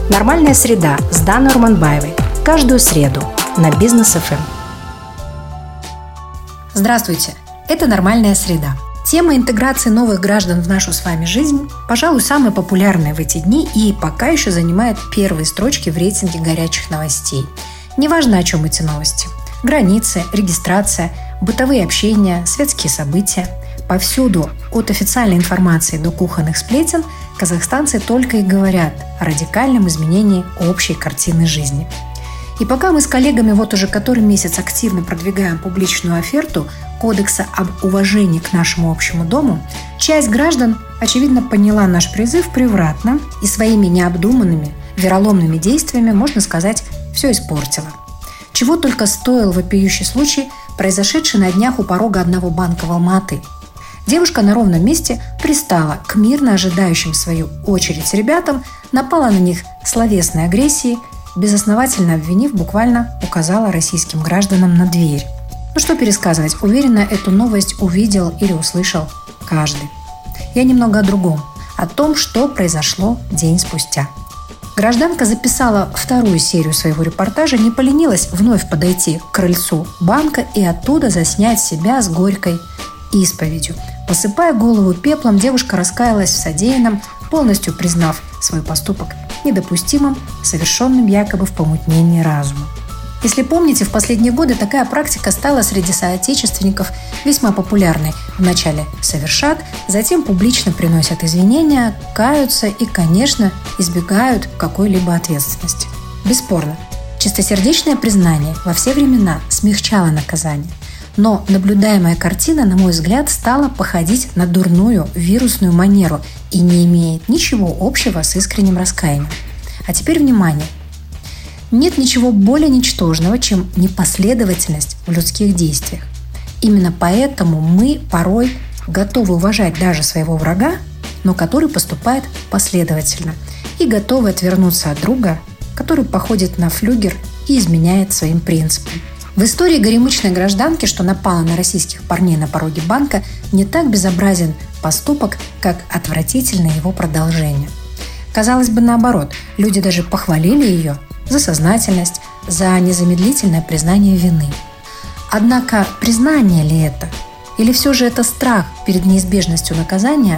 Нормальная среда с Даной Урманбаевой. Каждую среду на Бизнес ФМ. Здравствуйте! Это «Нормальная среда». Тема интеграции новых граждан в нашу с вами жизнь, пожалуй, самая популярная в эти дни и пока еще занимает первые строчки в рейтинге горячих новостей. Неважно, о чем эти новости. Границы, регистрация, бытовые общения, светские события. Повсюду, от официальной информации до кухонных сплетен, казахстанцы только и говорят о радикальном изменении общей картины жизни. И пока мы с коллегами вот уже который месяц активно продвигаем публичную оферту Кодекса об уважении к нашему общему дому, часть граждан, очевидно, поняла наш призыв превратно и своими необдуманными, вероломными действиями, можно сказать, все испортила. Чего только стоил вопиющий случай, произошедший на днях у порога одного банка в Алматы. Девушка на ровном месте пристала к мирно ожидающим свою очередь ребятам, напала на них словесной агрессией, безосновательно обвинив, буквально указала российским гражданам на дверь. Ну что пересказывать, уверена, эту новость увидел или услышал каждый. Я немного о другом, о том, что произошло день спустя. Гражданка записала вторую серию своего репортажа, не поленилась вновь подойти к крыльцу банка и оттуда заснять себя с горькой исповедью. Посыпая голову пеплом, девушка раскаялась в содеянном, полностью признав свой поступок недопустимым, совершенным якобы в помутнении разума. Если помните, в последние годы такая практика стала среди соотечественников весьма популярной. Вначале совершат, затем публично приносят извинения, каются и, конечно, избегают какой-либо ответственности. Бесспорно, чистосердечное признание во все времена смягчало наказание. Но наблюдаемая картина, на мой взгляд, стала походить на дурную вирусную манеру и не имеет ничего общего с искренним раскаянием. А теперь внимание! Нет ничего более ничтожного, чем непоследовательность в людских действиях. Именно поэтому мы порой готовы уважать даже своего врага, но который поступает последовательно, и готовы отвернуться от друга, который походит на флюгер и изменяет своим принципам. В истории горемычной гражданки, что напала на российских парней на пороге банка, не так безобразен поступок, как отвратительное его продолжение. Казалось бы, наоборот, люди даже похвалили ее за сознательность, за незамедлительное признание вины. Однако признание ли это? Или все же это страх перед неизбежностью наказания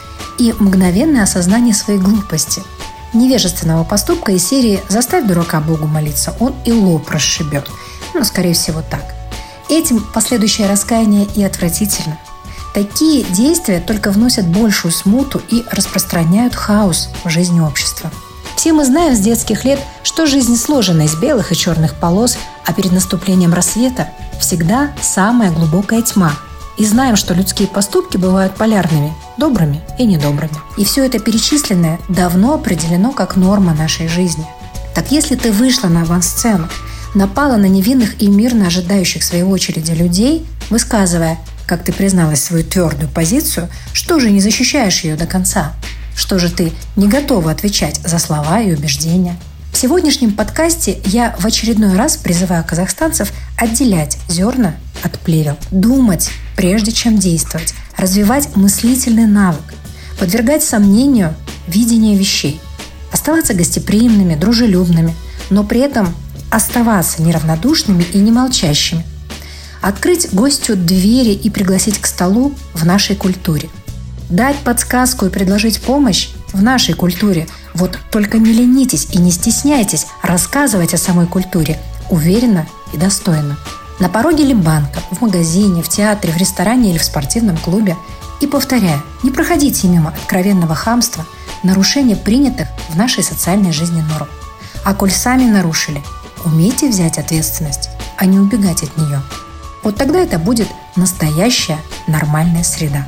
и мгновенное осознание своей глупости, невежественного поступка из серии «Заставь дурака Богу молиться, он и лоб расшибет». Но, скорее всего, так. Этим последующее раскаяние и отвратительно. Такие действия только вносят большую смуту и распространяют хаос в жизни общества. Все мы знаем с детских лет, что жизнь сложена из белых и черных полос, а перед наступлением рассвета всегда самая глубокая тьма. И знаем, что людские поступки бывают полярными, добрыми и недобрыми. И все это перечисленное давно определено как норма нашей жизни. Так если ты вышла на авансцену, напала на невинных и мирно ожидающих своей очереди людей, высказывая, как ты призналась, свою твердую позицию, что же не защищаешь ее до конца? Что же ты не готова отвечать за слова и убеждения? В сегодняшнем подкасте я в очередной раз призываю казахстанцев отделять зерна от плевел, думать, прежде чем действовать, развивать мыслительный навык, подвергать сомнению видение вещей, оставаться гостеприимными, дружелюбными, но при этом оставаться неравнодушными и немолчащими. Открыть гостю двери и пригласить к столу в нашей культуре. Дать подсказку и предложить помощь в нашей культуре. Вот только не ленитесь и не стесняйтесь рассказывать о самой культуре уверенно и достойно. На пороге ли банка, в магазине, в театре, в ресторане или в спортивном клубе. И повторяю, не проходите мимо откровенного хамства, нарушения принятых в нашей социальной жизни норм. А коль сами нарушили, умейте взять ответственность, а не убегать от нее. Вот тогда это будет настоящая нормальная среда.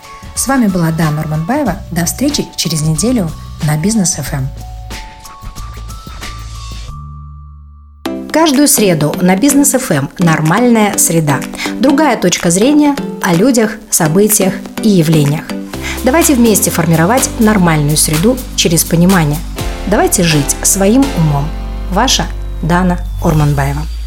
С вами была Дана Урманбаева. До встречи через неделю на Бизнес ФМ. Каждую среду на Бизнес ФМ «Нормальная среда». Другая точка зрения о людях, событиях и явлениях. Давайте вместе формировать нормальную среду через понимание. Давайте жить своим умом. Ваша Дана Урманбаева.